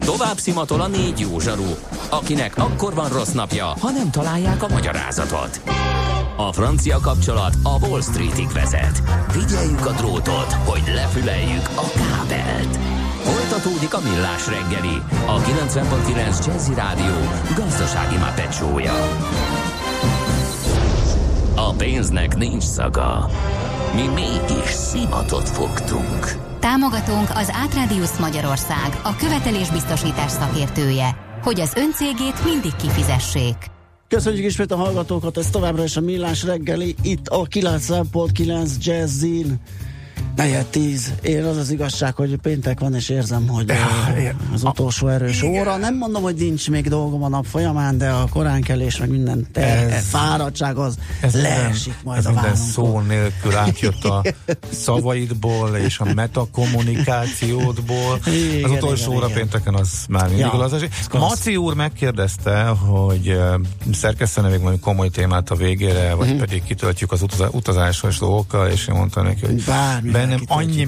Tovább szimatol a 4 jó zsaru, akinek akkor van rossz napja, ha nem találják a magyarázatot. A francia kapcsolat a Wall Streetig vezet. Figyeljük a drótot, hogy lefüleljük a kábelt. Folytatódik a Millás reggeli, a 90.9 Jazzy Rádió gazdasági Muppet show-ja. A pénznek nincs szaga. Mi mégis szimatot fogtunk. Támogatónk az Átrádiusz Magyarország, a követelésbiztosítás szakértője, hogy az öncégét mindig kifizessék. Köszönjük ismét a hallgatókat, ez továbbra is a Millás reggeli, itt a 90.9 Jazzin. 9-10. Én az az igazság, hogy péntek van, és érzem, hogy az utolsó erős óra. Nem mondom, hogy nincs még dolgom a nap folyamán, de a koránkelés, meg minden fáradtság az leesik majd a vállunktól. Minden szó nélkül átjött a szavaidból és a metakommunikációdból. Az utolsó óra pénteken az már mindig az. Maci úr megkérdezte, hogy szerkesztene még mondjuk komoly témát a végére, vagy pedig kitöltjük az utazásos dolgokkal, és én mondtam neki, hogy bennem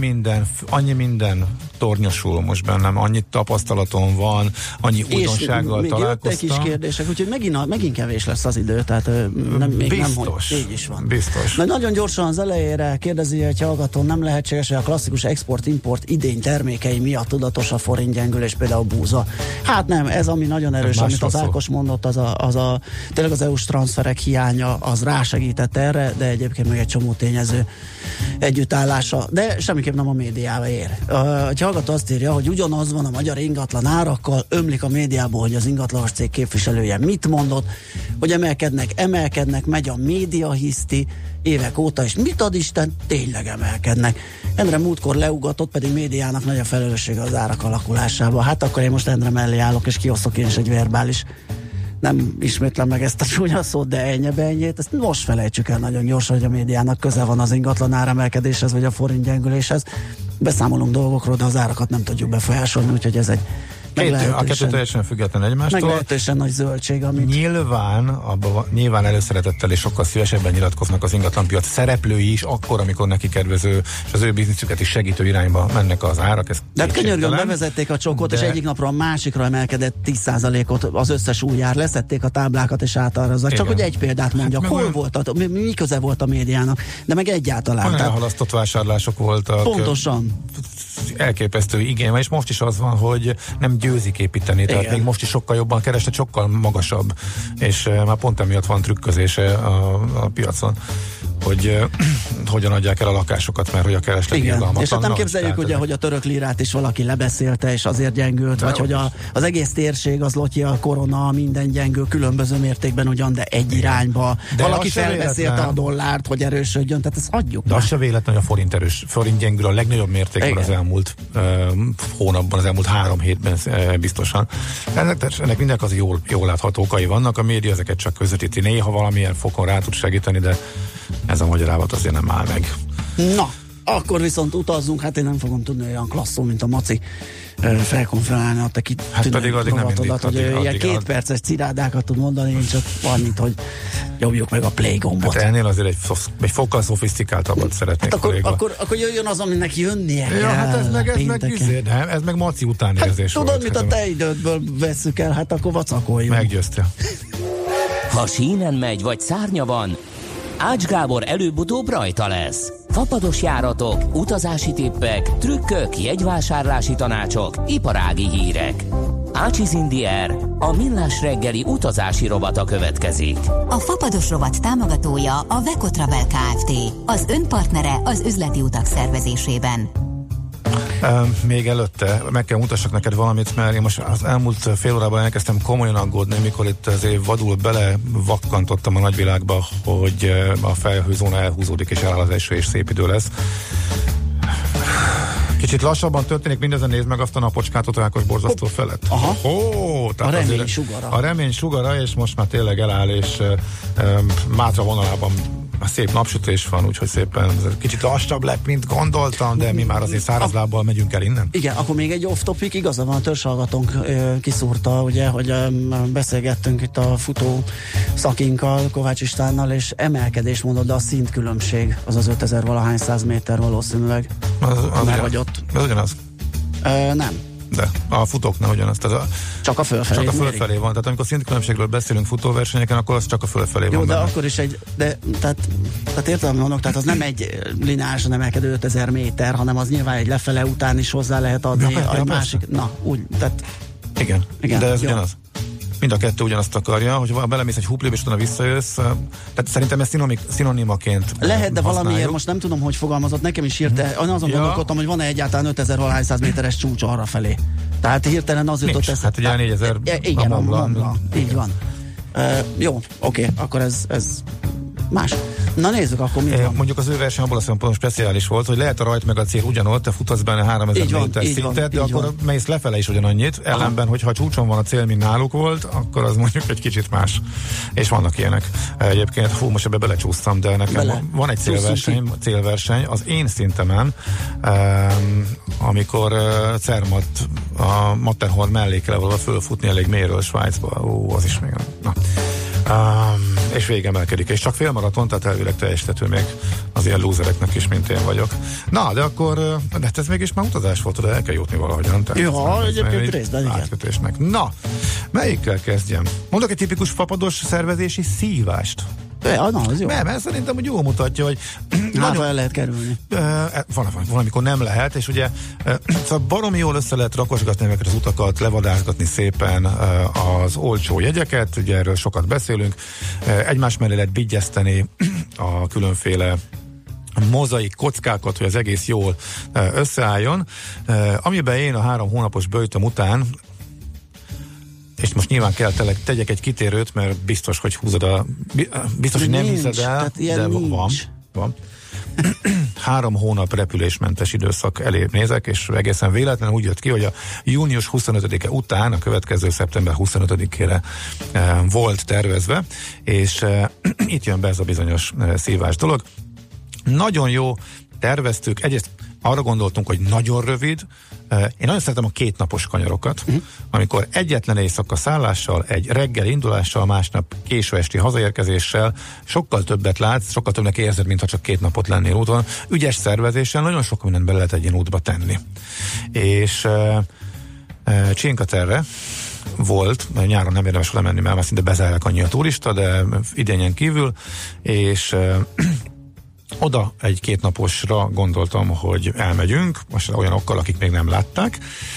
annyi minden tornyosul most bennem, annyi tapasztalatom van, annyi újdonsággal találkoztam. És még kis kérdések, úgyhogy megint kevés lesz az idő, tehát biztos, így is van. Biztos. Na, nagyon gyorsan az elejére kérdezi egy hallgató, nem lehetséges, hogy a klasszikus export-import idény termékei miatt tudatos a forintgyengülés, például búza. Hát nem, ez ami nagyon erős, amit az Ákos mondott, tényleg az EU-s transferek hiánya, az rásegített erre, de egyébként meg egy csomó tényező együttállása, de semmiképp nem a médiába ér. Egy hallgató azt írja, hogy ugyanaz van a magyar ingatlan árakkal, ömlik a médiából, hogy az ingatlanos cég képviselője mit mondott, hogy emelkednek, megy a média hiszti évek óta, és mit ad Isten, tényleg emelkednek. Endre múltkor leugatott, pedig médiának nagy a felelőssége az árak alakulásába. Hát akkor én most Endre mellé állok, és kiosztok én is egy verbális, nem ismétlem meg ezt a csúnya szót, de ennyit. Ezt most felejtsük el nagyon gyorsan, hogy a médiának köze van az ingatlan áremelkedéshez, vagy a forint gyengüléshez. Beszámolunk dolgokról, de az árakat nem tudjuk befolyásolni, úgyhogy ez egy a kettő teljesen független egymástól. Meglehetősen nagy zöldség, amit... Nyilván előszeretettel és sokkal szívesebben nyilatkoznak az ingatlanpiac szereplői is, akkor, amikor neki kedvező, és az ő bizniszüket is segítő irányba mennek az árak. De könyörgön, bevezették a csokot, és egyik napról a másikra emelkedett 10%-ot az összes új ár, leszették a táblákat és átárazzák. Csak hogy egy példát mondjak, hol volt, mi köze volt a médiának, de meg egyáltalán. Elhalasztott vásárlások voltak. Pontosan. Elképesztő igény, és most is az van, hogy nem győzik építeni, tehát még most is sokkal jobban keresne, sokkal magasabb, és már pont emiatt van trükközése a piacon, hogy hogyan adják el a lakásokat, mert hogy a kereslet irgalmatlan. És hát nem képzeljük ugye, hogy a török lirát is valaki lebeszélte, és azért gyengült, vagy hogy az egész térség, az lotja, a korona, minden gyengül, különböző mértékben ugyan, de egy irányba. De valaki felbeszélte a dollárt, hogy erősödjön, tehát ezt hagyjuk. De az se véletlen, hogy a forint gyengül a legnagyobb mértékben az elmúlt hónapban, az elmúlt 3 hétben biztosan. Ennek mindenek az jól látható okai vannak, a média ezeket csak közvetíti, néha valamilyen fokon rá tud segíteni, de ez a magyarávat azért nem áll meg. Na, akkor viszont utazzunk, hát én nem fogom tudni olyan klasszul, mint a Maci felkonferálni a te pedig addig nem indít, hogy ilyen 2 perces cirádákat tud mondani, én csak annyit, hogy nyomjuk meg a play gombot. Hát ennél azért egy fokkal szofisztikáltabbat szeretnék. Hát akkor jöjjön az, aminek jönnie kell. Ja, hát ez meg Maci után érzés volt. Tudod, mit a te idődből vesszük el, hát akkor vacakoljunk. Meggyőzte. Ha sínen megy, vagy szárnya van, Ács Gábor előbb-utóbb rajta lesz. Fapados járatok, utazási tippek, trükkök, jegyvásárlási tanácsok, iparági hírek. Ácsiz in the Air, a Millás reggeli utazási rovata következik. A Fapados rovat támogatója a Veco Travel Kft. Az önpartnere az üzleti utak szervezésében. Még előtte meg kell mutassak neked valamit, mert én most az elmúlt fél órában elkezdtem komolyan aggódni, mikor itt azért vadul belevakkantottam a nagyvilágba, hogy a felhőzóna elhúzódik és eláll az eső és szép idő lesz. Kicsit lassabban történik mindezen, nézd meg azt a napocskátot Ákos borzasztó felett. Aha. A remény sugara. A remény sugara, és most már tényleg eláll, és Mátra vonalában szép napsütés van, úgyhogy szépen kicsit lassabb lett, mint gondoltam, de mi már azért szárazlábbal megyünk el innen. Igen, akkor még egy off-topic, igaza van, a törzshallgatónk kiszúrta, ugye, hogy beszélgettünk itt a futó szakinkkal, Kovács Istvánnal, és emelkedés mondod, de a szintkülönbség az 5000 valahány 100 méter valószínűleg. Az ugyanaz. Nem. De a futóknál ugyanaz. Csak a fölfelé. Csak a fölfelé van. Tehát amikor szintkülönbségről beszélünk futóversenyeken, akkor az csak a fölfelé van. Jó, de benne. akkor is tehát értem, mondok, tehát az nem egy lineárisan emelkedő 5000 méter, hanem az nyilván egy lefele után is hozzá lehet adni egy másik. Na, úgy, tehát... Igen, de ez ugyanaz. Mind a kettő ugyanazt akarja, hogy belemész egy huplébe, és utána visszajössz. Tehát szerintem ez szinonimaként lehet, de valamiért most nem tudom, hogy fogalmazott, nekem is hirtelen, azon gondolkodtam, hogy van-e egyáltalán 5000 méteres csúcs arra felé. Tehát hirtelen az jutott eszembe. Hát ugye 4000 igen, a Mont így van. Jó, oké, akkor ez más. Na nézzük, akkor mit van. Mondjuk az ő verseny abból a szempontból speciális volt, hogy lehet a rajt meg a cél ugyanott, te futsz benne 3000 méter szintet, de akkor mész lefele is ugyanannyit. Ellenben, hogyha a csúcson van a cél, mint náluk volt, akkor az mondjuk egy kicsit más. És vannak ilyenek. Egyébként, most ebbe belecsúsztam, de nekem van egy célverseny az én szintemen, amikor Zermatt a Matterhorn mellé kell valahol fölfutni elég mélyről Svájcba. Az is még nem. És végemelkedik, és csak félmaraton, tehát elvileg teljesíthető még az ilyen lúzereknek is, mint én vagyok. Na, de akkor, de ez mégis már utazás volt, de el kell jutni valahogyan. Jó, egyébként részben, igen. Átkötésnek. Na, melyikkel kezdjem? Mondok egy tipikus fapados szervezési szívást. Na, az jó. Nem, szerintem, hogy jól mutatja, hogy nagyon el lehet kerülni. Van, amikor nem lehet, és ugye szóval baromi jól össze lehet rakosgatni ezeket az utakat, levadázgatni szépen az olcsó jegyeket, ugye erről sokat beszélünk, egymás mellé lehet vigyeszteni a különféle mozaik kockákat, hogy az egész jól összeálljon. Amiben én a 3 hónapos böjtöm után, és most nyilván kell tegyek egy kitérőt, mert biztos, hogy húzod biztos, hogy nem hiszed el, de van. 3 hónap repülésmentes időszak elé nézek, és egészen véletlenül úgy jött ki, hogy a június 25-e után, a következő szeptember 25-ére volt tervezve, és itt jön be ez a bizonyos szívás dolog. Nagyon jó terveztük, egyrészt arra gondoltunk, hogy nagyon rövid. Én nagyon szeretem a 2 napos kanyarokat, amikor egyetlen éjszaka szállással, egy reggel indulással, másnap késő esti hazaérkezéssel sokkal többet látsz, sokkal többnek érzed, mintha csak 2 napot lennél úton. Ügyes szervezéssel nagyon sok mindent bele lehet egy ilyen útba tenni. És Cinque Terre volt, nyáron nem érdemes oda menni, mert már szinte bezárják annyi a turista, de idényen kívül, és oda egy 2 naposra gondoltam, hogy elmegyünk, most olyanokkal, akik még nem látták.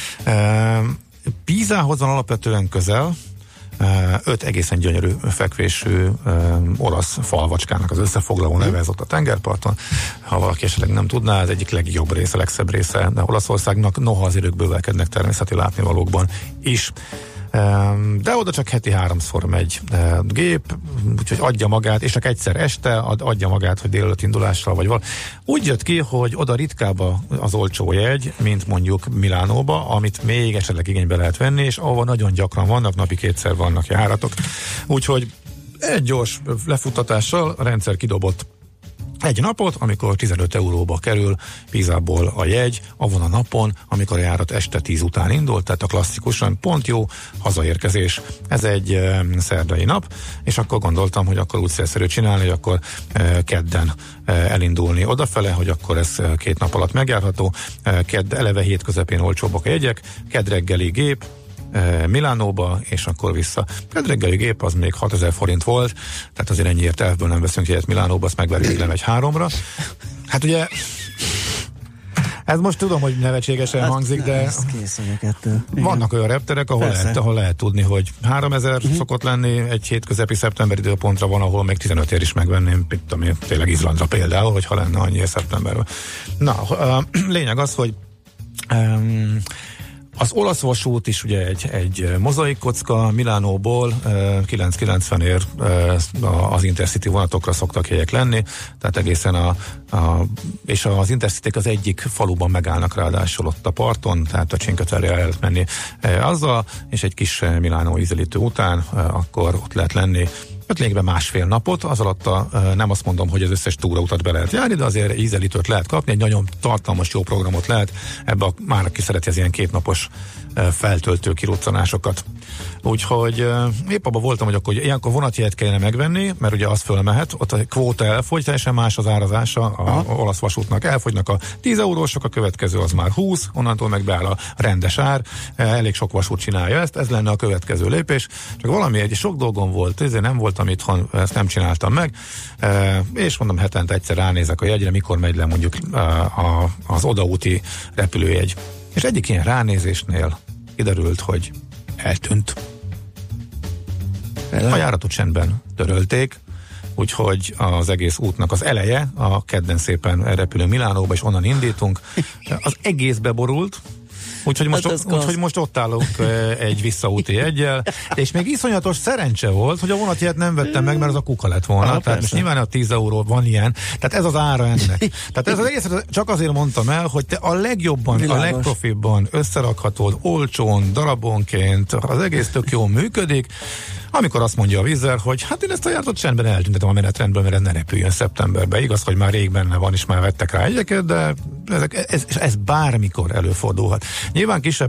Pízához van alapvetően közel, 5 egészen gyönyörű fekvésű olasz falvacskának az összefoglaló neve, ez ott a tengerparton. Ha valaki esetleg nem tudná, ez egyik legjobb része, legszebb része, de Olaszországnak, noha az idők bővelkednek természeti látnivalókban is. De oda csak heti 3-szor megy gép, úgyhogy adja magát, és csak egyszer este adja magát, hogy délelőtt indulással vagy valami. Úgy jött ki, hogy oda ritkába az olcsó jegy, mint mondjuk Milánóba, amit még esetleg igénybe lehet venni, és ahova nagyon gyakran vannak, napi 2-szer vannak járatok. Úgyhogy egy gyors lefuttatással a rendszer kidobott egy napot, amikor 15 euróba kerül Pízából a jegy, avon a napon, amikor a járat este 10 után indult, tehát a klasszikusan pont jó hazaérkezés. Ez egy szerdai nap, és akkor gondoltam, hogy akkor úgy célszerű csinálni, hogy akkor kedden elindulni odafele, hogy akkor ez 2 nap alatt megjárható. Kedd eleve hét közepén olcsóbbak a jegyek, kedd reggeli gép, Milánóba, és akkor vissza. Kedd reggeli gép az még 6000 forint volt, tehát azért ennyiért elfből nem veszünk jegyet Milánóba, azt megverjük, lemegy 3-ra. Hát ugye ez most tudom, hogy nevetségesen hangzik, de vannak olyan repterek, ahol lehet tudni, hogy 3000 szokott lenni, egy hétközepi szeptember időpontra van, ahol még 15 is megvenném, tényleg Izlandra például, hogyha lenne annyi szeptemberben. Na, a lényeg az, hogy az olasz vasút is ugye egy mozaik kocka, Milánóból 9,90-ért az Intercity vonatokra szoktak jegyek lenni, tehát egészen és az Intercity az egyik faluban megállnak ráadásul ott a parton, tehát a Cinque Terre el lehet menni azzal, és egy kis Milánó ízelítő után akkor ott lehet lenni. Lényegben 1,5 napot, az alatt nem azt mondom, hogy az összes túrautat be lehet járni, de azért ízelítőt lehet kapni, egy nagyon tartalmas, jó programot lehet, ebbe már aki szereti az ilyen 2 napos feltöltő kiruccanásokat. Úgyhogy épp abban voltam, hogy akkor ilyenkor vonatjegyet kellene megvenni, mert ugye az fölmehet, ott a kvóta elfogy, teljesen más az árazása a olasz vasútnak. Elfogynak a 10 eurósok, a következő az már 20, onnantól meg beáll a rendes ár, elég sok vasút csinálja ezt, ez lenne a következő lépés. Csak valami egy sok dolgom volt, ezért nem voltam itthon, ezt nem csináltam meg, és mondom, hetente egyszer ránézek a jegyre, mikor megy le mondjuk az odaúti repülőjegy. És egyik ilyen ránézésnél kiderült, hogy eltűnt. A járatot csendben törölték, úgyhogy az egész útnak az eleje, a kedden szépen repülő Milánóba, és onnan indítunk, az egész beborult, úgyhogy most ott állunk egy visszaúti jeggyel, és még iszonyatos szerencse volt, hogy a vonatjegyet nem vettem meg, mert az a kuka lett volna. Tehát most nyilván a 10 euró van ilyen, tehát ez az ára ennek. Tehát ez az egészet csak azért mondtam el, hogy te a legjobban, a legprofibban összerakhatod, olcsón, darabonként, az egész tök jól működik, amikor azt mondja a Wizz Air, hogy hát én ezt a járatot csendben eltüntetem a menetrendből, mert ne repüljön szeptemberben. Igaz, hogy már rég benne van, és már vettek rá egyeket, de ez bármikor előfordulhat. Nyilván kisebb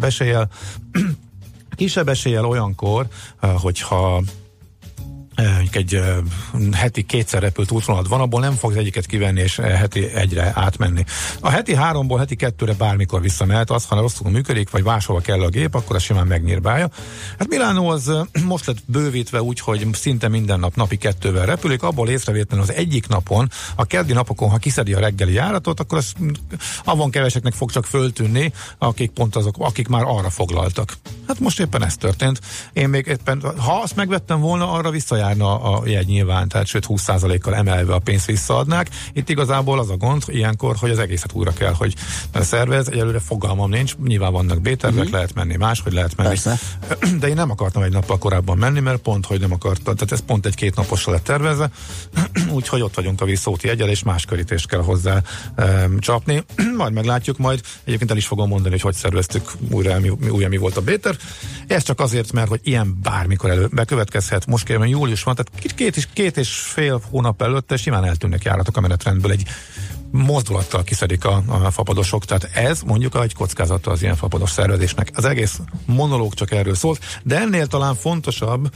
eséllyel olyankor, hogyha egy heti kétszer repült útvonalad van, abból nem fogsz egyiket kivenni és heti egyre átmenni. A heti 3-ból heti 2-re bármikor visszamehet, az, ha rosszul működik, vagy máshova kell a gép, akkor az simán megnyírbálja. Hát Milánó az most lett bővítve úgy, hogy szinte minden nap napi 2-vel repülik, abból észrevétlenül az egyik napon, a keddi napokon, ha kiszedi a reggeli járatot, akkor az avon keveseknek fog csak föltűnni, akik pont azok, akik már arra foglaltak. Hát most éppen ez történt. Én még éppen, ha azt megvettem volna, arra visszajárna a jegy nyilván, tehát sőt 20%-kal emelve a pénzt visszaadnák. Itt igazából az a gond ilyenkor, hogy az egészet újra kell, hogy szervez. Egyelőre fogalmam nincs, nyilván vannak B-tervek, lehet menni máshogy lehet menni. Persze. De én nem akartam egy nappal korábban menni, mert pont, hogy nem akartam. Tehát ez pont egy 2 naposra lett tervezve, úgyhogy ott vagyunk a visszaúti jeggyel, és más körítést kell hozzá csapni. Majd meglátjuk, majd egyébként el is fogom mondani, hogy szerveztük újra, mi volt a B-terv. Ez csak azért, mert hogy ilyen bármikor bekövetkezhet. Most kérem, július van, tehát két és fél hónap előtte simán eltűnnek járatok a menetrendből, egy mozdulattal kiszedik a fapadosok, tehát ez mondjuk egy kockázata az ilyen fapados szervezésnek. Az egész monológ csak erről szólt, de ennél talán fontosabb,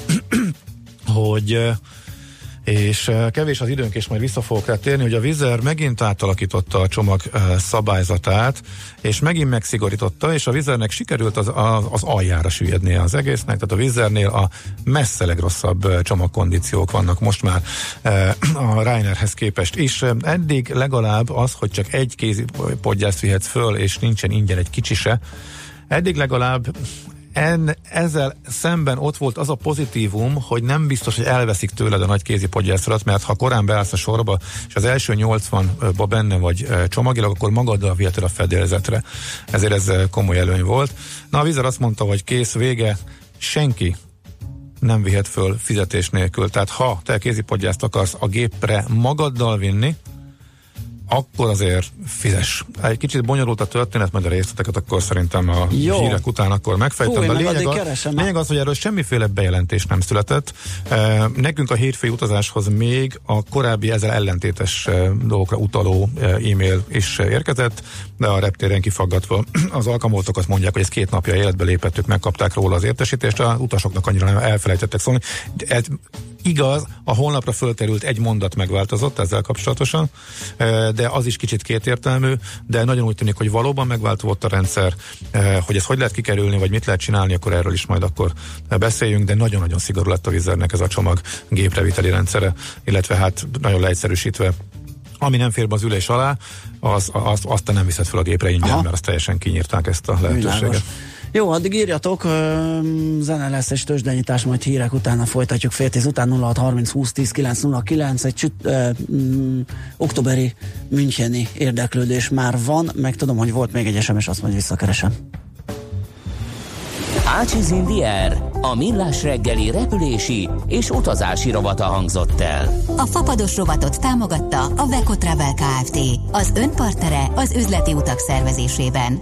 hogy és kevés az időnk, és majd vissza fogok rá térni, hogy a Wizz Air megint átalakította a csomag szabályzatát, és megint megszigorította, és a Wizz Airnek sikerült az aljára süllyednie az egésznek, tehát a Wizz Airnél a messze legrosszabb csomagkondíciók vannak most már a Ryanairhez képest is. Eddig legalább az, hogy csak egy kézi podgyászt vihetsz föl, és nincsen ingyen egy kicsi se, eddig legalább ezzel szemben ott volt az a pozitívum, hogy nem biztos, hogy elveszik tőled a nagy kézi podgyászodat, mert ha korán beállsz a sorba, és az első 80-ba benne vagy csomagilag, akkor magaddal viheted a fedélzetre. Ezért ez komoly előny volt. Na, a Wizz Air azt mondta, hogy kész, vége, senki nem vihet föl fizetés nélkül. Tehát ha te kézipodgyászt akarsz a gépre magaddal vinni, akkor azért fizess. Egy kicsit bonyolult a történet, majd a részleteket akkor szerintem a hírek után akkor megfejtem. De lényeg az, hogy erről semmiféle bejelentés nem született. Nekünk a hétfői utazáshoz még a korábbi ezzel ellentétes dolgokra utaló e-mail is érkezett, de a reptéren kifaggatva az alkalmazottak mondják, hogy ez 2 napja életbe lépett, ők megkapták róla az értesítést, az utasoknak annyira nem elfelejtettek szólni. Ez igaz, a honlapra fölterült egy mondat megváltozott ezzel kapcsolatosan, de az is kicsit kétértelmű, de nagyon úgy tűnik, hogy valóban megváltozott a rendszer, hogy ezt hogy lehet kikerülni, vagy mit lehet csinálni, akkor erről is majd akkor beszéljünk, de nagyon-nagyon szigorú lett a Wizz Airnek ez a csomag gépreviteli rendszere, illetve hát nagyon leegyszerűsítve, ami nem fér be az ülés alá, azt nem viszed fel a gépre ingyen, mert azt teljesen kinyírták ezt a lehetőséget. Világos. Jó, addig írjatok, zene lesz és tőzsdenyítás, majd hírek utána folytatjuk 9:30 után 0630 20 10 909, egy októberi müncheni érdeklődés már van, meg tudom, hogy volt még egy SMS, azt majd visszakeresem. Ácsiz Indier, a millás reggeli repülési és utazási rovata hangzott el. A fapados rovatot támogatta a Veco Travel Kft., az önpartnere az üzleti utak szervezésében.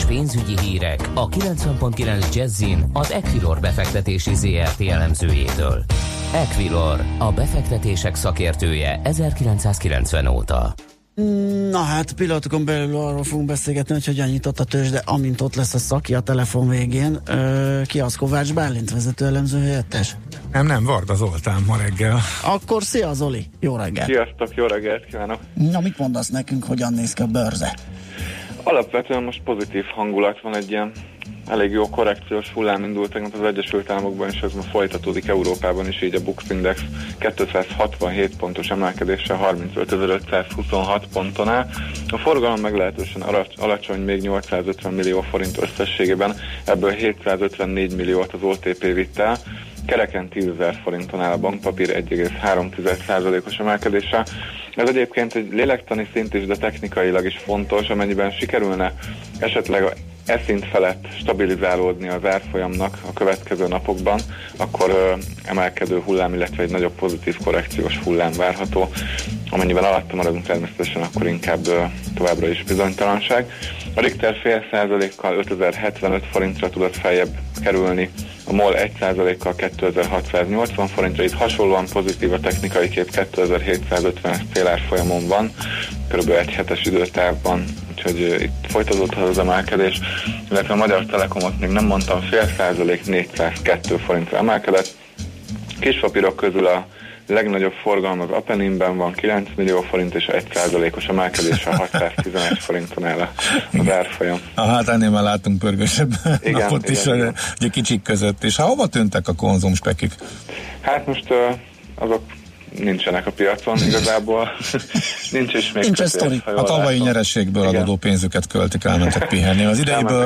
és pénzügyi hírek a 90.9 Jazzin az Equilor befektetési ZRT elemzőjétől. Equilor, a befektetések szakértője 1990 óta. Na hát, pillanatokon belül arról fogunk beszélgetni, hogy hogyan nyitott a tőzsde, amint ott lesz a szaki a telefon végén. Ki az? Kovács Bálint, vezető elemző helyettes? Nem, Varda Zoltán ma reggel. Akkor szia Zoli, jó reggelt! Sziasztok, jó reggelt kívánok! Na, mit mondasz nekünk, hogyan néz ki a bőrze? Alapvetően most pozitív hangulat van, egy ilyen elég jó korrekciós hullám indult tegnap az Egyesült Államokban, és ez ma folytatódik Európában is, így a Bux Index 267 pontos emelkedéssel 35.526 ponton áll. A forgalom meglehetősen alacsony, még 850 millió forint összességében, ebből 754 milliót az OTP vitt el. Kereken 10.000 forinton áll a bankpapír 1,3%-os emelkedéssel. Ez egyébként egy lélektani szint is, de technikailag is fontos, amennyiben sikerülne esetleg szint felett stabilizálódni az árfolyamnak a következő napokban, akkor emelkedő hullám, illetve egy nagyobb pozitív korrekciós hullám várható. Amennyiben alatta maradunk természetesen, akkor inkább továbbra is bizonytalanság. A Richter fél százalékkal 5075 forintra tudott feljebb kerülni, a MOL 1%-kal 2680 forintra, itt hasonlóan pozitív a technikai kép, 2750 célárfolyamon van, kb. Egy hetes időtávban, úgyhogy itt folytatódhat az emelkedés, illetve a Magyar Telekomot még nem mondtam, fél százalék 402 forintra emelkedett. Kispapírok közül a legnagyobb forgalom az Apenninben van, 9 millió forint, és 1%-os emelkedéssel 611 forinton áll az árfolyam. Hát ennél már látunk pörgősebb napot is, ugye kicsik között. És hova tűntek a konzumspekik? Hát most azok nincsenek a piacon igazából. Nincs is még sztori. A tavalyi nyereségből adódó pénzüket költik, elmentek pihenni. Az idejéből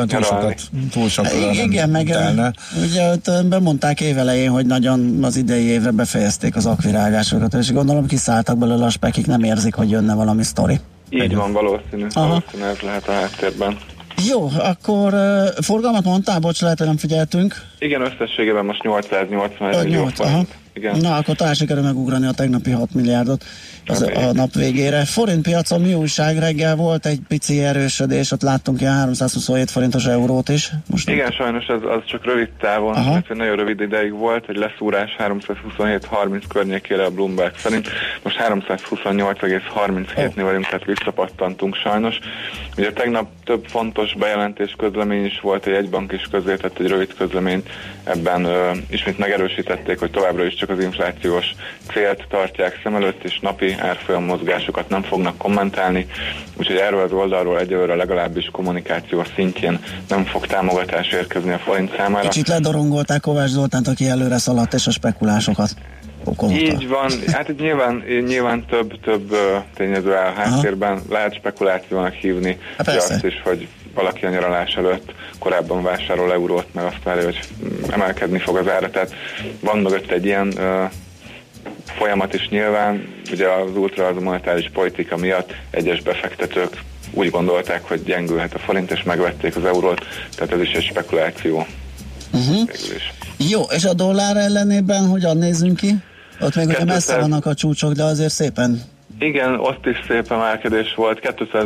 túl sokat igen, meg ugye bemondták évelején, hogy nagyon az idei évre befejezték az akvirágásokat, és gondolom kiszálltak belőle a spekik, nem érzik, hogy jönne valami sztori. Így van, valószínű ez lehet a háttérben. Jó, akkor forgalmat mondtál, bocs, lehet, hogy nem figyeltünk. Igen, összességében most 881 millió forint. Igen. Na, akkor talán sikerül megugrani a tegnapi 6 milliárdot a nap végére. Forintpiacon mi újság? Reggel volt egy pici erősödés, ott láttunk ilyen 327 forintos eurót is. Most igen, sajnos az csak rövid távon, nagyon rövid ideig volt, egy leszúrás 327-30 környékére a Bloomberg szerint. Most 328,37-nél vagyunk, tehát visszapattantunk sajnos. Ugye tegnap több fontos bejelentés, közlemény is volt, egy jegybank is közzétett egy rövid közleményt, ebben ismét megerősítették, hogy továbbra is csak az inflációs célt tartják szem előtt, és napi árfolyam mozgásokat nem fognak kommentálni, úgyhogy erről az oldalról egyelőre legalábbis kommunikáció szintjén nem fog támogatás érkezni a forint számára. Kicsit ledorongolták Kovács Zoltánt, aki előre szaladt, és a spekulásokat okolta. Így van, hát nyilván több tényező áll háttérben, lehet spekulációnak hívni, de azt is, hogy valaki a nyaralás előtt korábban vásárol eurót, meg azt várja, hogy emelkedni fog az ára, tehát van mögött egy ilyen folyamat is nyilván, ugye az ultramonetáris politika miatt egyes befektetők úgy gondolták, hogy gyengülhet a forint, és megvették az eurót, tehát ez is egy spekuláció. Jó, és a dollár ellenében hogyan nézzünk ki? Ott még ugye messze vannak a csúcsok, de azért szépen. Igen, ott is szép emelkedés volt,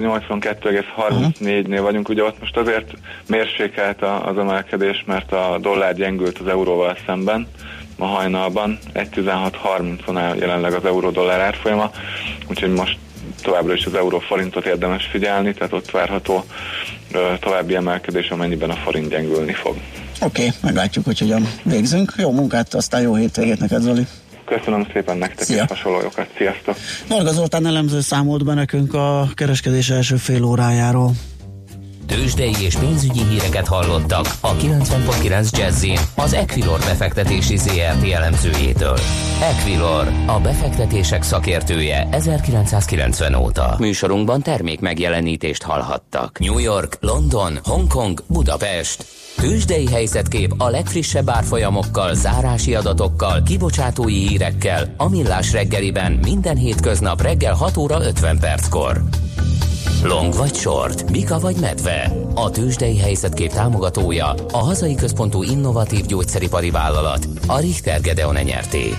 282,34-nél vagyunk, ugye ott most azért mérsékelt az emelkedés, mert a dollár gyengült az euróval szemben ma hajnalban, 1,1630-on áll jelenleg az euró-dollár árfolyama, úgyhogy most továbbra is az euró-forintot érdemes figyelni, tehát ott várható további emelkedés, amennyiben a forint gyengülni fog. Oké, meglátjuk, hogy hogyan végzünk. Jó munkát, aztán jó hétvégét neked, Zoli. Köszönöm szépen nektek és hasonlóokat. Sziasztok! Varga Zoltán elemző számolt be nekünk a kereskedés első fél órájáról. Tőzsdei és pénzügyi híreket hallottak a 90.9 Jazzin az Equilor befektetési ZRT elemzőjétől. Equilor, a befektetések szakértője 1990 óta. Műsorunkban termék megjelenítést hallhattak. New York, London, Hongkong, Budapest. Tőzsdei helyzetkép a legfrissebb árfolyamokkal, zárási adatokkal, kibocsátói hírekkel a Millás reggeliben minden hétköznap reggel 6 óra 50 perckor. Long vagy short, bika vagy medve. A tőzsdei helyzetkép támogatója a hazai központú innovatív gyógyszeripari vállalat, a Richter Gedeon Nyrt.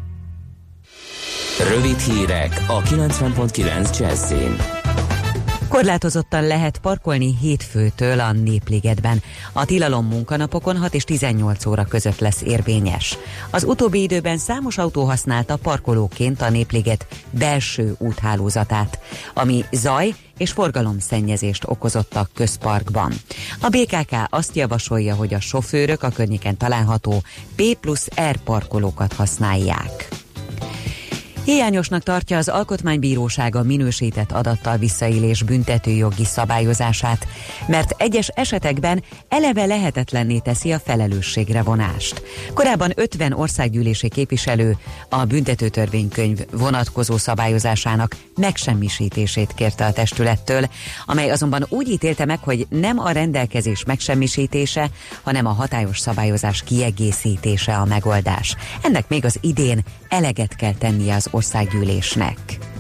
Rövid hírek a 90.9 Jazzin. Korlátozottan lehet parkolni hétfőtől a Népligetben. A tilalom munkanapokon 6 és 18 óra között lesz érvényes. Az utóbbi időben számos autó használta parkolóként a Népliget belső úthálózatát, ami zaj és forgalomszennyezést okozott a közparkban. A BKK azt javasolja, hogy a sofőrök a környéken található P+R parkolókat használják. Hiányosnak tartja az Alkotmánybíróság a minősített adattal visszaélés büntetőjogi szabályozását, mert egyes esetekben eleve lehetetlenné teszi a felelősségre vonást. Korábban 50 országgyűlési képviselő a büntetőtörvénykönyv vonatkozó szabályozásának megsemmisítését kérte a testülettől, amely azonban úgy ítélte meg, hogy nem a rendelkezés megsemmisítése, hanem a hatályos szabályozás kiegészítése a megoldás. Ennek még az idén eleget kell tennie az országgyűlésnek.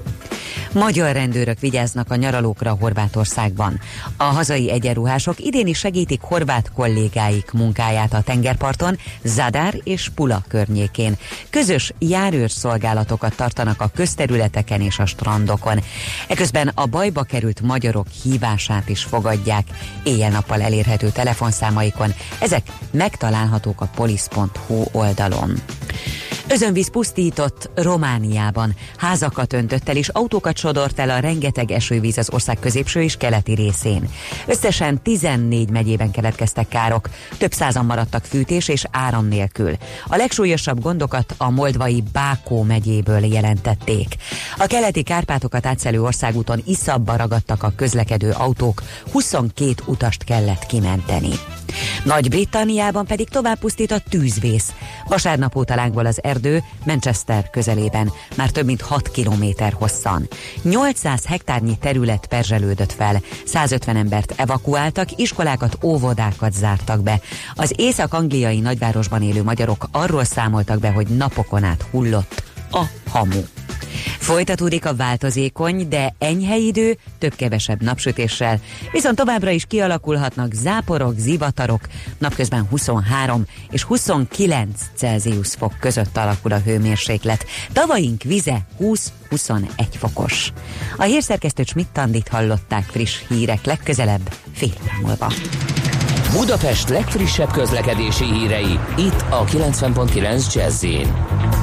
Magyar rendőrök vigyáznak a nyaralókra Horvátországban. A hazai egyenruhások idén is segítik horvát kollégáik munkáját a tengerparton, Zadar és Pula környékén. Közös járőrszolgálatokat tartanak a közterületeken és a strandokon. Eközben a bajba került magyarok hívását is fogadják éjjel-nappal elérhető telefonszámaikon. Ezek megtalálhatók a polisz.hu oldalon. Özönvíz pusztított Romániában. Házakat öntött el és autókat sodort el a rengeteg esővíz az ország középső és keleti részén. Összesen 14 megyében keletkeztek károk, több százan maradtak fűtés és áram nélkül. A legsúlyosabb gondokat a moldvai Bákó megyéből jelentették. A keleti Kárpátokat átszelő országúton iszabba ragadtak a közlekedő autók, 22 utast kellett kimenteni. Nagy-Britanniában pedig tovább pusztít a tűzvész. Vasárnap óta lángol az erdő Manchester közelében, már több mint 6 kilométer hosszan. 800 hektárnyi terület perzselődött fel, 150 embert evakuáltak, iskolákat, óvodákat zártak be. Az észak-angliai nagyvárosban élő magyarok arról számoltak be, hogy napokon át hullott a hamu. Folytatódik a változékony, de enyhe idő, több-kevesebb napsütéssel, viszont továbbra is kialakulhatnak záporok, zivatarok, napközben 23 és 29 Celsius fok között alakul a hőmérséklet. Tavaink vize 20-21 fokos. A hírszerkesztő Schmidt-Tandit hallották, friss hírek legközelebb fél óra múlva. Budapest legfrissebb közlekedési hírei, itt a 90.9 Jazz-in.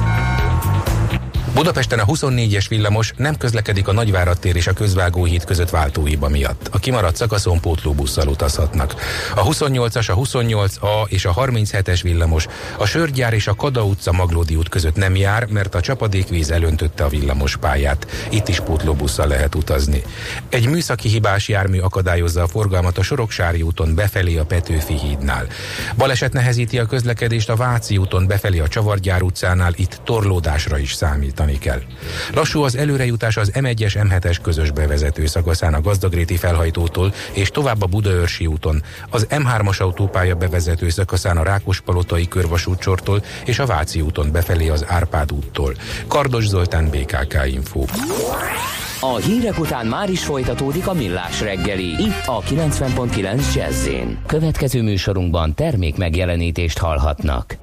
Budapesten a 24-es villamos nem közlekedik a Nagyvárad tér és a Közvágóhíd között váltóhiba miatt. A kimaradt szakaszon pótlóbusszal utazhatnak. A 28-as, a 28A és a 37-es villamos a Sörgyár és a Kada utca Maglódi út között nem jár, mert a csapadékvíz elöntötte a villamospályát. Itt is pótlóbusszal lehet utazni. Egy műszaki hibás jármű akadályozza a forgalmat a Soroksári úton befelé a Petőfi hídnál. Baleset nehezíti a közlekedést a Váci úton befelé a Csavargyár utcánál, itt torlódásra is számít. Kell. Lassú az előrejutás az M1-es M7-es közös bevezető szakaszán a Gazdagréti felhajtótól és tovább a Budaörsi úton, az M3-as autópálya bevezető szakaszán a Rákospalotai körvasútsortól és a Váci úton befelé az Árpád úttól. Kardos Zoltán, BKK Info. A hírek után már is folytatódik a Millás reggeli, itt a 90.9 Jazz-én. Következő műsorunkban termék megjelenítést hallhatnak.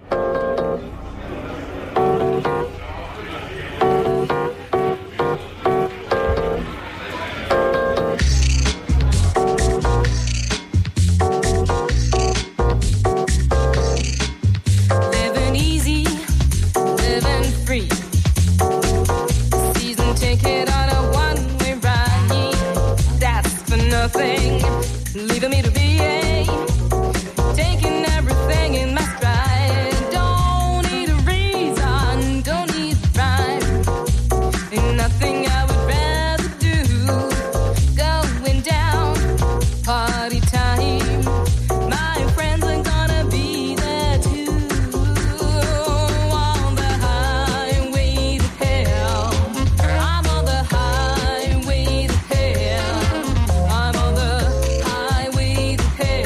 Leaving me to be taking everything in my stride. Don't need a reason, don't need a rhyme. Ain't nothing I would rather do. Going down, party time. My friends are gonna be there too. On the highway to hell, I'm on the highway to hell. I'm on the highway to hell.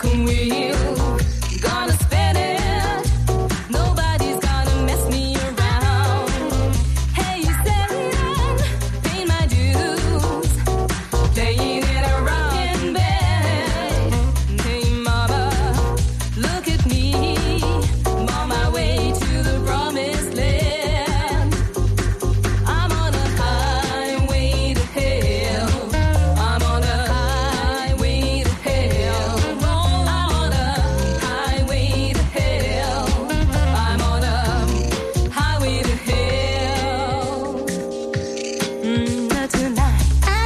American wheel. Gonna spin it. Nobody's gonna mess me around. Hey, you said pay my dues. Playing in a rockin' bed. Hey, mama, look at me. I'm on my way to the promised land. I'm on a highway to hell. I'm on a highway to hell. I'm on a highway to hell. I'm on a highway to hell. Tonight.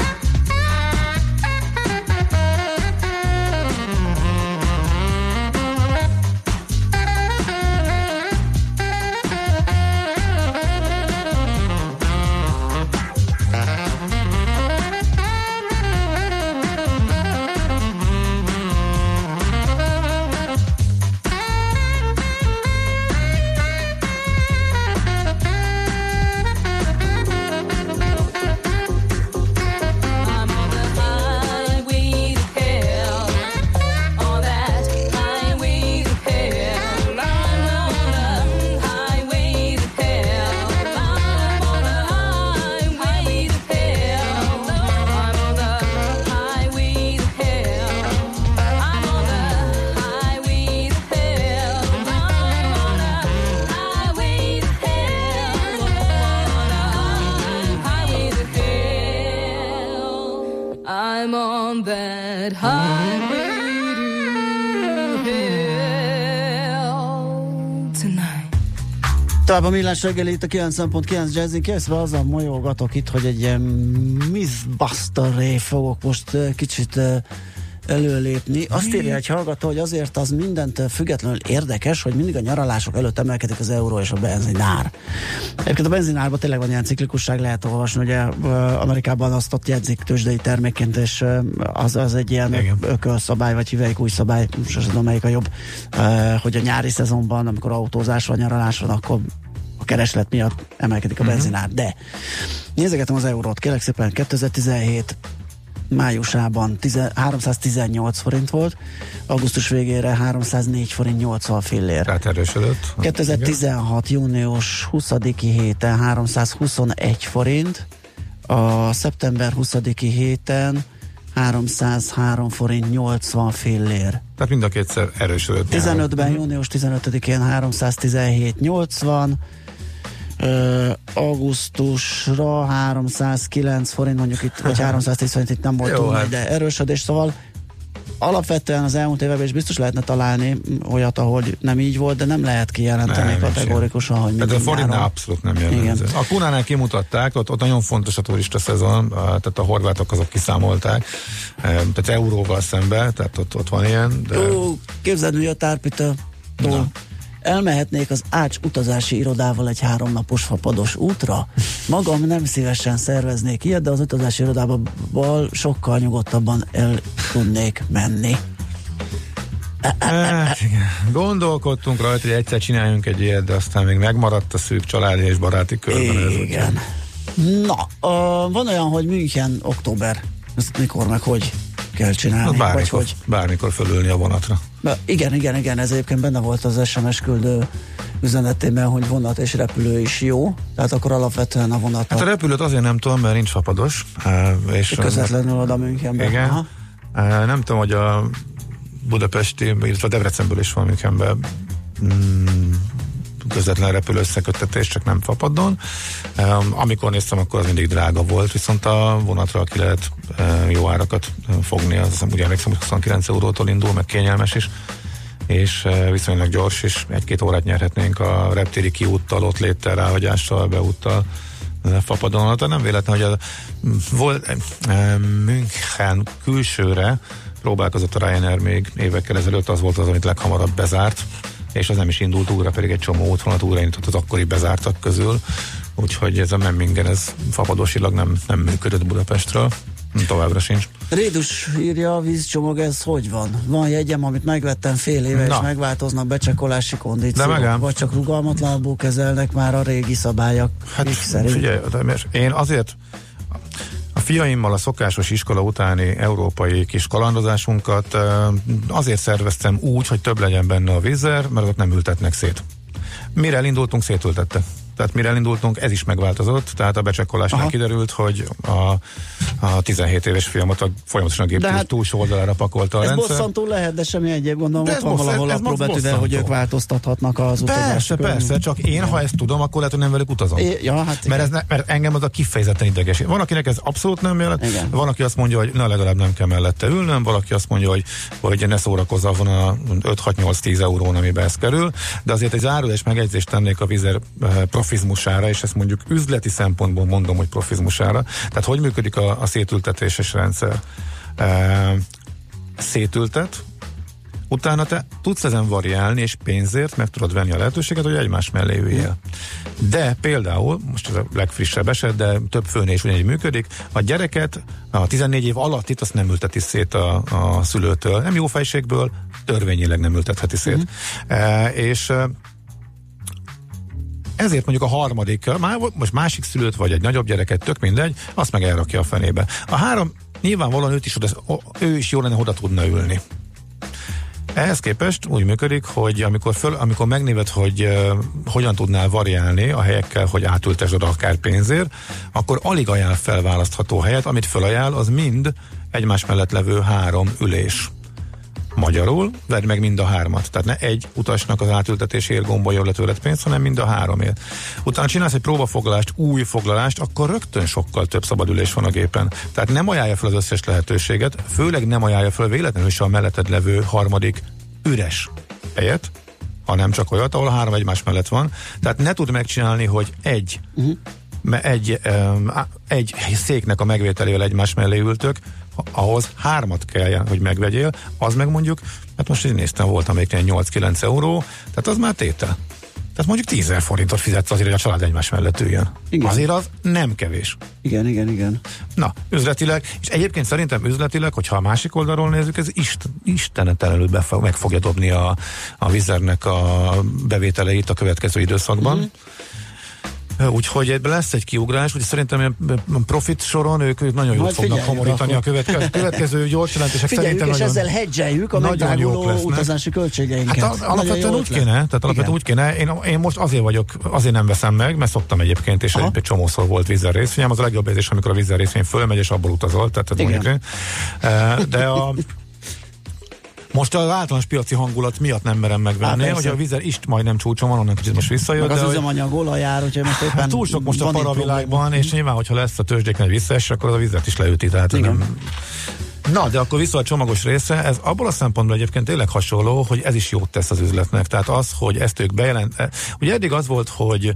I'm on the highway to hell. On that highway to hell. I'm on the highway to hell. I'm on the highway to hell. I'm on the highway to hell. I'm on the highway to hell. I'm on the highway to hell. Highway to hell. I'm on that highway to hell tonight. Tovább a Millás reggeli itt a 90.9 Jazzin, készve azzal molyolgatok itt, hogy egy ilyen Mythbuster-ré fogok most kicsit előlépni. Azt írja egy hallgató, hogy azért az mindentől függetlenül érdekes, hogy mindig a nyaralások előtt emelkedik az euró és a benzinár. Egyébként a benzinárban tényleg van ilyen ciklikusság, lehet olvasni, ugye Amerikában azt ott jegyzik tőzsdei termékként, és az egy ilyen ökölszabály, vagy híveik új szabály, sosem tudom melyik a jobb, hogy a nyári szezonban, amikor autózás van, nyaralás van, akkor a kereslet miatt emelkedik a benzinár. De nézegetem az eurót, kérlek szépen, 2017 májusában 318 forint volt, augusztus végére 304 forint 80 fillér. Tehát erősödött. 2016 június 20-i héten 321 forint, a szeptember 20-i héten 303 forint 80 fillér. Tehát mind a kétszer erősödött. 15-ben június 15-én 317,80, augusztusra 309 forint, mondjuk itt, vagy 310 forint, itt nem volt túl nagy, de erősödés, szóval alapvetően az elmúlt években is biztos lehetne találni olyat, ahogy nem így volt, de nem lehet kijelenteni kategórikusan, hogy minden. Tehát a forintnál abszolút nem jellemző. A Kunánál kimutatták, ott nagyon fontos a turista szezon, tehát a horvátok azok kiszámolták, tehát euróval szemben, tehát ott van ilyen. De... Képzeld, hogy a Tárpitől elmehetnék az Ács utazási irodával egy 3 napos fapados útra. Magam nem szívesen szerveznék ilyet, de az utazási irodában sokkal nyugodtabban el tudnék menni. Igen. Gondolkodtunk rajta, hogy egyszer csináljunk egy ilyet, de aztán még megmaradt a szűk családi és baráti körben. Igen. Na, van olyan, hogy München október. Ezt mikor meg hogy kell csinálni? Bármikor fölülni a vonatra. Igen, ez egyébként benne volt az SMS küldő üzenetében, hogy vonat és repülő is jó, tehát akkor alapvetően a vonat. Hát a repülőt azért nem tudom, mert nincs fapados. És közvetlenül oda Münchenbe. Igen. Nem tudom, hogy a budapesti, illetve a Debrecenből is van Münchenben közvetlen repülő összeköttetés, csak nem fapadon. Amikor néztem, akkor az mindig drága volt, viszont a vonatra ki lehet jó árakat fogni, az ugye emlékszem, hogy 29 eurótól indul, meg kényelmes is, és viszonylag gyors, és 1-2 órát nyerhetnénk a reptéri kiúttal, ott léttel, ráhagyással, beúttal, fapadon. Tehát nem véletlen, hogy volt München külsőre próbálkozott a Ryanair még évekkel ezelőtt, az volt az, amit leghamarabb bezárt, és az nem is indult újra, pedig egy csomó útvonalat újraindított az akkori bezártak közül, úgyhogy ez a Memmingen, ez fapadosilag nem működött Budapestről, továbbra sincs. Rédus írja, a vízcsomag, ez hogy van? Van jegyem, amit megvettem fél éve, és megváltoznak becsekolási kondíciók, vagy csak rugalmatlanabbul kezelnek már a régi szabályok szerint? Figyelj, én azért fiaimmal a szokásos iskola utáni európai kis kalandozásunkat azért szerveztem úgy, hogy több legyen benne a vízzer, mert ott nem ültetnek szét. Mire elindultunk, szétültettek. Tehát mire elindultunk, ez is megváltozott, tehát a becsekkolásnál kiderült, hogy a 17 éves fiamat folyamatosan a gép túlsó oldalára pakolta a rendszer. Ez bosszantó lehet, de semmi egyéb, gondolom, ott van valahol apró betűvel, hogy ők változtathatnak az utazást. Persze, csak én, ha ezt tudom, akkor lehet, hogy nem velük utazom. Mert engem az a kifejezetten ideges. Van, akinek ez abszolút nem jelent, van, aki azt mondja, hogy legalább nem kell mellette ülnöm, valaki azt mondja, hogy ne szórakozzal van a 5-6-8-10 eurón, amiben ez kerül, de azért egy zárójeles megjegyzést tennék a vízer profizmusára, és ezt mondjuk üzleti szempontból mondom, hogy profizmusára. Tehát hogy működik a szétültetéses rendszer? Szétültet, utána te tudsz ezen variálni, és pénzért meg tudod venni a lehetőséget, hogy egymás mellé üljél. De például, most ez a legfrissebb eset, de több főnél is ugyanígy működik, a gyereket a 14 év alatt itt azt nem ülteti szét a szülőtől. Nem jó fejségből, törvényileg nem ültetheti szét. És ezért mondjuk a harmadik, most másik szülőt, vagy egy nagyobb gyereket, tök mindegy, azt meg elrakja a fenébe. A három, nyilvánvalóan ő is jó lenne, oda tudna ülni. Ehhez képest úgy működik, hogy amikor megnéved, hogy hogyan tudnál variálni a helyekkel, hogy átültesd oda akár pénzért, akkor alig ajánl felválasztható helyet, amit felajánl, az mind egymás mellett levő 3 ülés. Magyarul vedd meg mind a 3-at. Tehát ne egy utasnak az átültetésért gombolja le tőled pénzt, hanem mind a 3-ért. Utána csinálsz egy próbafoglalást, új foglalást, akkor rögtön sokkal több szabadülés van a gépen. Tehát nem ajánlja fel az összes lehetőséget, főleg nem ajánlja fel véletlenül is a melletted levő harmadik üres helyet, hanem csak olyat, ahol 3 egymás mellett van. Tehát ne tud megcsinálni, hogy egy széknek a megvételével egymás mellé ültök, ahhoz 3 kell, hogy megvegyél, az meg mondjuk, hát most én néztem, volt amelyiknél 8-9 euró, tehát az már tétel. Tehát mondjuk 10 000 forintot fizetsz azért, hogy a család egymás mellett üljön. Igen. Azért az nem kevés. Igen. Na, üzletileg, és egyébként szerintem üzletileg, hogyha a másik oldalról nézzük, ez istenetelenül meg fogja dobni a Vizernek a bevételeit a következő időszakban. Úgyhogy ebben lesz egy kiugrás, úgyhogy szerintem a profit soron ők nagyon jól fognak homorítani a következő gyors jelentések. Figyeljük, és ezzel hedgeljük a megdráguló utazási költségeinket. Hát alapvetően úgy kéne, én most azért nem veszem meg, mert szoktam egyébként, és egy csomószor volt Vizer részvényem, az a legjobb érzés, amikor a Vizer részvény fölmegy, és abból utazol, tehát mondjuk, de most az általános piaci hangulat miatt nem merem megvenni, hogy a Vizer is majdnem csúcson van, onnan kicsit most visszajött. Meg az üzemanyag olajár, úgyhogy most éppen túl sok most a paravilágban, és nyilván, hogyha lesz a tőzsdéknél visszaesés, akkor az a Vizert is leüti. Tehát nem. Na, de akkor vissza a csomagos részre, ez abból a szempontból egyébként tényleg hasonló, hogy ez is jót tesz az üzletnek. Tehát az, hogy ezt ők ugye eddig az volt, hogy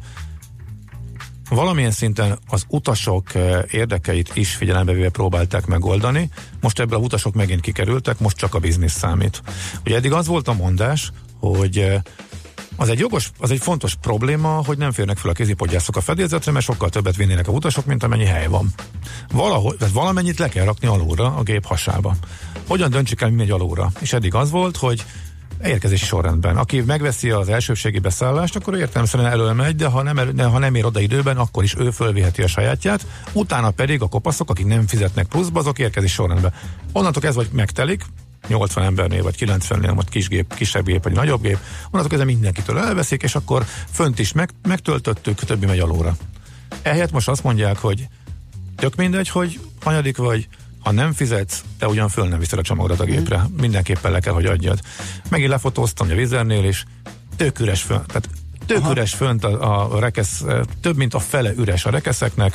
valamilyen szinten az utasok érdekeit is figyelembe véve próbálták megoldani, most ebből a utasok megint kikerültek, most csak a biznisz számít. Ugye eddig az volt a mondás, hogy az egy fontos probléma, hogy nem férnek fel a kézipodgyászok a fedélzetre, mert sokkal többet vinnének a utasok, mint amennyi hely van. Valamennyit le kell rakni alulra a gép hasába. Hogyan döntsük el, mi megy alulra? És eddig az volt, hogy érkezési sorrendben. Aki megveszi az elsőbségi beszállást, akkor értelemszerűen elől megy, de ha nem ér oda időben, akkor is ő fölviheti a sajátját, utána pedig a kopaszok, akik nem fizetnek pluszba, azok érkezési sorrendben. Onnantól ez vagy megtelik, 80 embernél, vagy 90-nél, vagy kisebb gép, vagy nagyobb gép, onnantól ez mindenkitől elveszik, és akkor fönt is megtöltöttük, többi megy alóra. Ehelyett most azt mondják, hogy tök mindegy, hogy hanyadik vagy, ha nem fizetsz, te ugyan föl nem viszed a csomagodat a gépre. Mindenképpen le kell, hogy adjad. Megint lefotóztam a Vizernél, és tök üres fönt. Tehát tök üres fönt a rekesz, több mint a fele üres a rekeszeknek,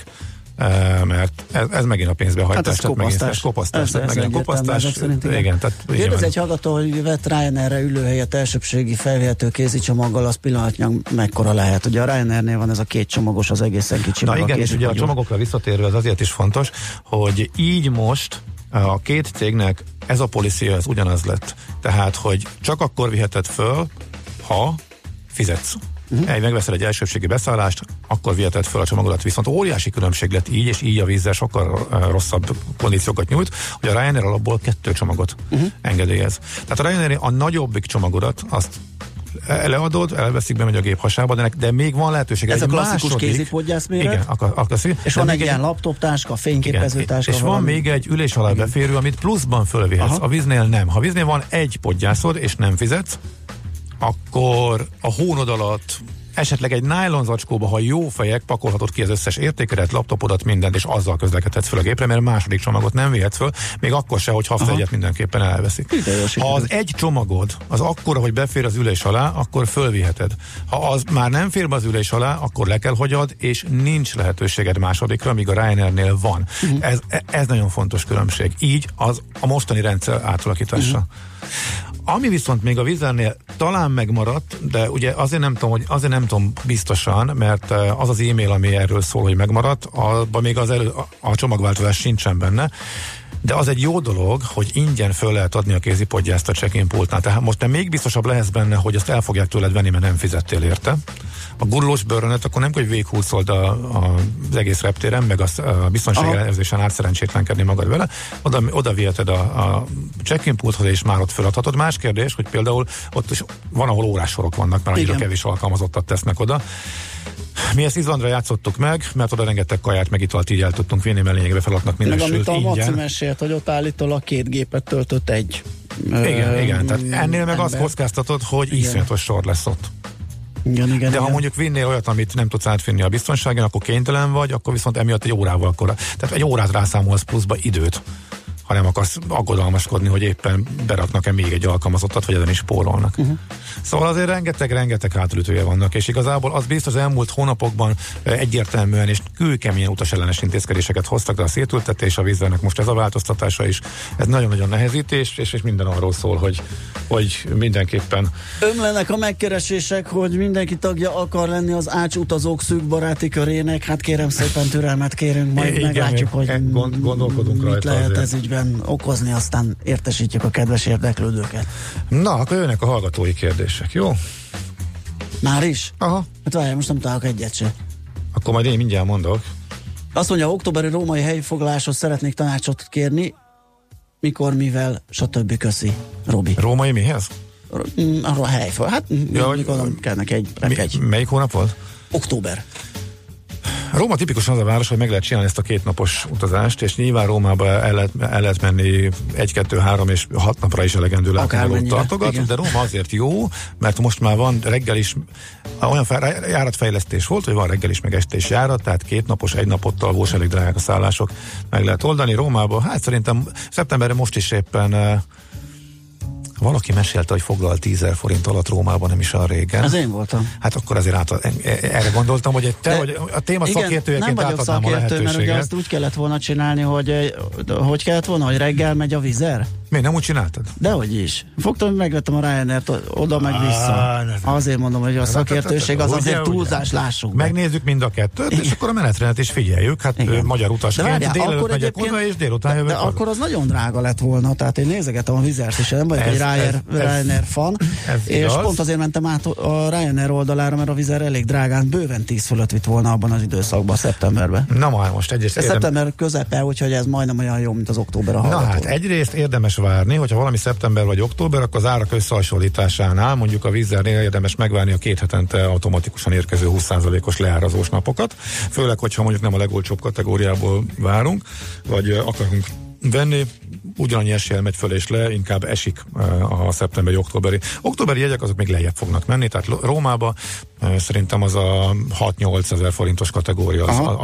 mert ez megint a pénzbe hajtás. Hát kopasztás. Igen, kérdez egy hallgató, hogy vett Ryanair-re ülőhelyet elsőbségi felvihető kézicsomaggal, az pillanatnyilag mekkora lehet. Ugye a Ryanairnél van ez a 2 csomagos, az egészen kicsi. Na igen, és ugye a csomagokra visszatérve az azért is fontos, hogy így most a 2 cégnek ez a policy az ugyanaz lett. Tehát, hogy csak akkor viheted föl, ha fizetsz. Megveszel egy elsőbségi beszállást, akkor viheted föl a csomagodat, viszont óriási különbség lett így, és így a Vizer sokkal rosszabb kondíciókat nyújt, hogy a Ryanair alapból 2 csomagot engedélyez. Tehát a Ryanair a nagyobbik csomagodat azt leadod, elveszik, bemegy a gép hasába, de még van lehetőség. Ez a klasszikus kézipodgyászméret? Igen, és van egy ilyen laptoptáska, fényképezőtáska. És van még egy ülés alá beférő, amit pluszban fölvihetsz. A víznél nem. Ha víznél van egy podgyászod, és nem fizetsz, akkor a hónod alatt esetleg egy nylon zacskóba, ha jó fejek, pakolhatod ki az összes értékedet, laptopodat, mindent, és azzal közlekedhetsz fel a gépre, mert második csomagot nem vihetsz föl, még akkor se, hogy egyet mindenképpen elveszik. Ha az egy csomagod az akkora, hogy befér az ülés alá, akkor fölviheted. Ha az már nem fér be az ülés alá, akkor le kell hagyad, és nincs lehetőséged másodikra, míg a Ryanairnél van. Ez nagyon fontos különbség. Így az a mostani rendszer átalakítása. Ami viszont még a Wizzairnél talán megmaradt, de ugye azért nem tudom biztosan, mert az az e-mail, ami erről szól, hogy megmaradt, abban még a csomagváltozás sincsen benne, de az egy jó dolog, hogy ingyen föl lehet adni a kézipodgyászt a check-in pultnál. Tehát most te még biztosabb lehetsz benne, hogy azt el fogják tőled venni, mert nem fizettél érte. A gurulós bőrönet akkor nem, hogy véghúzold az egész reptéren, meg a biztonságjelzésen átszerencsétlenkedni magad vele, oda viheted a check-in pulthoz, és már ott föladhatod. Más kérdés, hogy például ott is van, ahol órássorok vannak, mert annyira kevés alkalmazottat tesznek oda. Mi ezt Izlandra játszottuk meg, mert oda rengeteg kaját meg italt így el tudtunk vinni, mert lényegbe feladnak minden sült ingyen. Meg amit a Maci mesélt, hogy ott állítólag 2 gépet töltött egy. Igen, tehát ennél meg azt kockáztatod, hogy iszonyatos sor lesz ott. Igen, de ha mondjuk vinnél olyat, amit nem tudsz átvinni a biztonságon, akkor kénytelen vagy, akkor viszont emiatt egy órával tehát egy órát rászámolsz pluszba időt, ha nem akarsz aggodalmaskodni, hogy éppen beraknak-e még egy alkalmazottat, vagy ezen is spórolnak. Szóval azért rengeteg hátulütője vannak, és igazából az biztos az elmúlt hónapokban egyértelműen és kőkeményen utasellenes intézkedéseket hoztak, de a szétültetés, a Wizzairnek most ez a változtatása is, ez nagyon-nagyon nehezítés, és minden arról szól, hogy mindenképpen ömlenek a megkeresések, hogy mindenki tagja akar lenni az Ács utazók szűkbaráti körének. Hát kérem szépen, türelmet kérünk, majd meglátjuk, hogy gondolkodunk mit rajta lehet ez ügyben okozni, aztán értesítjük a kedves érdeklődőket. Na, akkor jönnek a hallgatói kérdések, jó? Már is? Aha. Hát várjál, most nem találok egyet se. Akkor majd én mindjárt mondok. Azt mondja, októberi római helyfoglaláshoz szeretnék tanácsot kérni, mikor, mivel, stb. Köszi, Robi. Római mihez? Arról a helyfog. Hát, mikor kell neki egy. Melyik hónap volt? Október. Róma tipikusan az a város, hogy meg lehet csinálni ezt a 2 napos utazást, és nyilván Rómába el lehet menni 1, 2, 3 és 6 napra is elegendő látogatót tartogat, de Róma azért jó, mert most már van reggel is, olyan járatfejlesztés volt, hogy van reggel is, meg este is járat, tehát 2 napos, 1 napot alvós, elég drágák a szállások, meg lehet oldani. Rómába, hát szerintem szeptemberre most is éppen valaki mesélte, hogy foglal 10 000 forint alatt Rómában, nem is olyan régen. Ez én voltam. Hát akkor azért erre gondoltam, hogy hogy a téma szakértőjeként átadnám a lehetőséget. Mert ugye azt úgy kellett volna csinálni, hogy kellett volna, hogy reggel megy a Wizzair? Miért nem úgy csináltad? Dehogy is. Fogtam, megvettem a Ryanair-t oda meg vissza. Azért mondom, hogy a szakértőség az azért túlzás, lássuk. Megnézzük mind a kettőt, és akkor a menetrendet is figyeljük. Hát magyar utasként délelőtt megyek oda, és délután jövök. De akkor az nagyon drága lett volna, tehát én nézegetem a Wizzair-t, és nem vagyok egy Ryanair fan, és pont azért mentem át a Ryanair oldalára, mert a Wizzair elég drágán, bőven 10 fölött vitt volna abban az időszakban, szeptemberben. Na már most egyrészt szeptember közepe, úgyhogy ez majdnem olyan jó, mint az október a hallgató. Na hát egyrészt érdemes várni, hogyha valami szeptember vagy október, akkor az árak összehasonlításánál mondjuk a Wizzairnél érdemes megvárni a 2 hetente automatikusan érkező 20%-os leárazós napokat, főleg, hogyha mondjuk nem a legolcsóbb kategóriából várunk, vagy akarunk venni, ugyanannyi eséllyel megy föl és le, inkább esik a szeptemberi, októberi jegyek, azok még lejjebb fognak menni, tehát Rómába szerintem az a 6-8 ezer forintos kategória,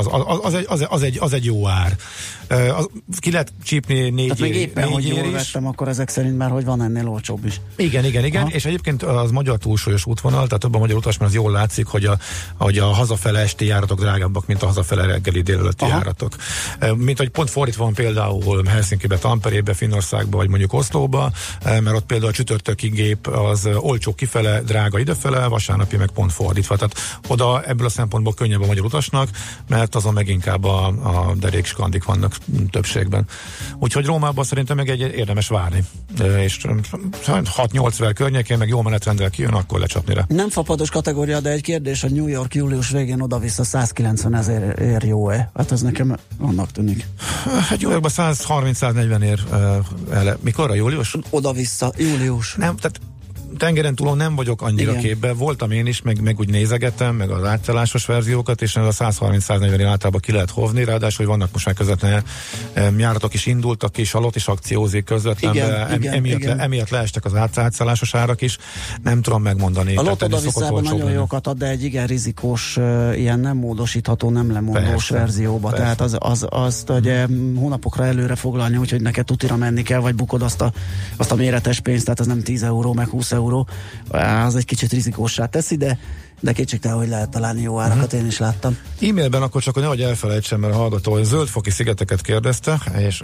az egy jó ár. Ki lehet csípni 4 tehát még éppen, hogy jól vettem, akkor ezek szerint már, hogy van ennél olcsóbb is. Igen, és egyébként az magyar túlsúlyos útvonal, tehát több a magyar utas, mert az jól látszik, hogy a hazafele esti járatok drágábbak, mint a hazafele reggeli délelőtti járatok. Mint hogy pont fordítva van például Helsinkibe, Tamperébe, Finnországba, vagy mondjuk Oszlóba, mert ott például a csütörtöki gép az olcsó kifele, drága idefele, vasárnapi meg pont fordítva. Tehát oda ebből a szempontból könnyebb a magyar utasnak, mert azon meg inkább a derék skandik vannak többségben. Úgyhogy Rómában szerintem meg érdemes várni. És 6-8 környékén, meg jó menetrenddel kijön, akkor lecsapni rá. Nem fapados kategória, de egy kérdés, hogy New York július végén oda-vissza 190 ezerért jó-e? Hát ez nekem annak tűnik. Hát New Yorkban 130-140 ér mikorra, július? Oda-vissza, július. Nem, tehát tengeren túlon nem vagyok annyira képben, voltam én is, meg úgy nézegettem, meg az átszállásos verziókat, és ez a 130-140 általában ki lehet hovni, ráadásul, hogy vannak most már közvetlen járatok is indultak ki, Salott is akciózik közvetlenben, emiatt leestek az átszállásos árak is, nem tudom megmondani. A Lotto-Davisszában nagyon jókat ad, de egy igen rizikós, ilyen nem módosítható, nem lemondós verzióba, tehát azt ugye hónapokra előre foglalni, úgyhogy neked tutira menni kell, vagy bukod azt a méretes pénzt, tehát ez nem 10 euró, meg 20 euró, az egy kicsit rizikóssá teszi, de kétségtelen, hogy lehet találni jó árakat, én is láttam. E-mailben akkor csak, hogy nehogy elfelejtsem, mert a hallgató a Zöld-foki szigeteket kérdezte, és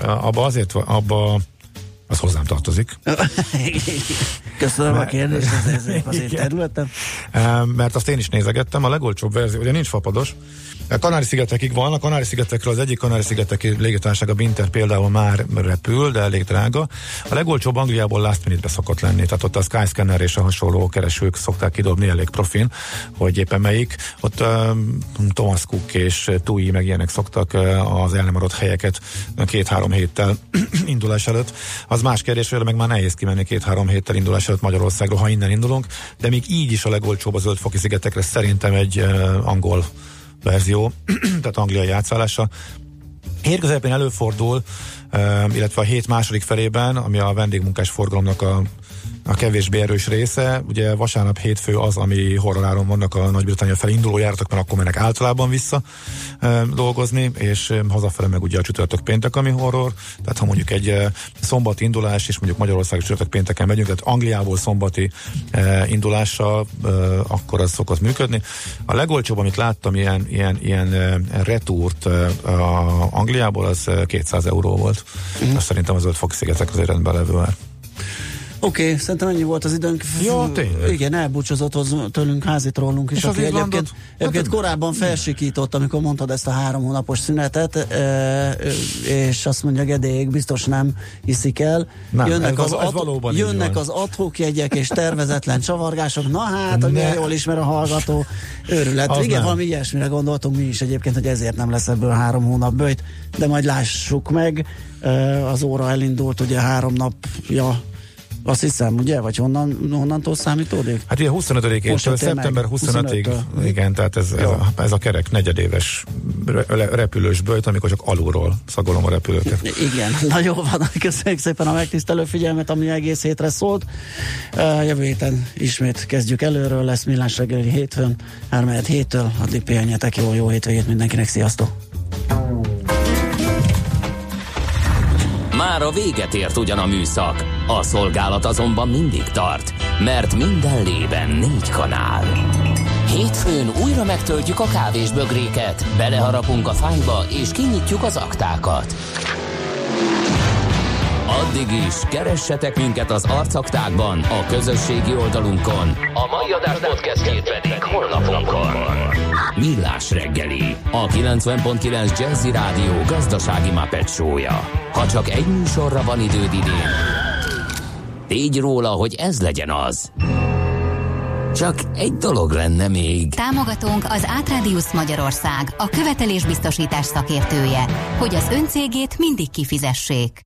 az hozzám tartozik. Köszönöm a kérdést, ez azért területem. Mert azt én is nézegettem, a legolcsóbb verzió, ugye nincs fapados, Kanári-szigetekig van, a Kanári-szigetekről az egyik Kanári-szigeteki légitársaság, a Binter például már repül, de elég drága. A legolcsóbb Angliából last minute-be szokott lenni, tehát ott a Skyscanner és a hasonló keresők szokták kidobni elég profin, hogy éppen melyik. Ott Thomas Cook és TUI meg ilyenek szoktak az el nem adott helyeket 2-3 héttel indulás előtt. Az más kérdés, hogy meg már nehéz kimenni 2-3 héttel indulás előtt Magyarországról, ha innen indulunk, de még így is a legolcsóbb a Zöld-foki szigetekre szerintem egy angol verzió, tehát angliai átszállása. Hét közepén előfordul, illetve a hét második felében, ami a vendégmunkás forgalomnak a kevésbé erős része, ugye vasárnap, hétfő az, ami horroráron vannak a Nagy-Britannia felé induló járatok, mert akkor mennek általában vissza dolgozni, és hazafele meg ugye a csütörtök péntek, ami horror, tehát ha mondjuk egy szombati indulás, és mondjuk Magyarország csütörtök pénteken megyünk, tehát Angliából szombati indulással, akkor az szokott működni. A legolcsóbb, amit láttam, ilyen retúrt Angliából, az 200 euró volt. Azt szerintem az Zöld-foki szigetek azért rendben levő már. Oké, szerintem ennyi volt az időnk. Ja, tényleg. Igen, elbúcsúzott tőlünk házitrónunk is, és aki egyébként korábban felsikított, amikor mondtad ezt a 3 hónapos szünetet, és azt mondja, Gedélyék biztos nem hiszik el. Nem, jönnek az ad-hoc jegyek és tervezetlen csavargások. Na hát, hogy jól ismer a hallgató, őrület. Az igen, valami ilyesmire gondoltunk mi is egyébként, hogy ezért nem lesz ebből 3 hónap böjt, de majd lássuk meg. Az óra elindult, ugye 3 napja, azt hiszem, ugye? Vagy honnantól számítódik? Hát ugye 25-től, szeptember 25-ig, igen, tehát ez a kerek negyedéves repülős böjt, amikor csak alulról szagolom a repülőket. Igen, na jó van, köszönjük szépen a megtisztelő figyelmet, ami egész hétre szólt. Jövő héten ismét kezdjük előről, lesz Millás reggeli hétfőn, 3-7-től, addig pihenjetek, jó hétvégét mindenkinek, sziasztok! Már a véget ért ugyan a műszak, a szolgálat azonban mindig tart, mert minden lében 4 kanál. Hétfőn újra megtöltjük a kávésbögréket, beleharapunk a fányba és kinyitjuk az aktákat. Addig is keressetek minket az arcaktákban, a közösségi oldalunkon, a mai adás podcastjét pedig honlapunkon. Millás reggeli, a 90.9 Jazzy Rádió gazdasági Muppet show-ja. Ha csak egy műsorra van időd idén, tégy róla, hogy ez legyen az. Csak egy dolog lenne még. Támogatónk az Átrádiusz Magyarország, a követelésbiztosítás szakértője, hogy az öncégét mindig kifizessék.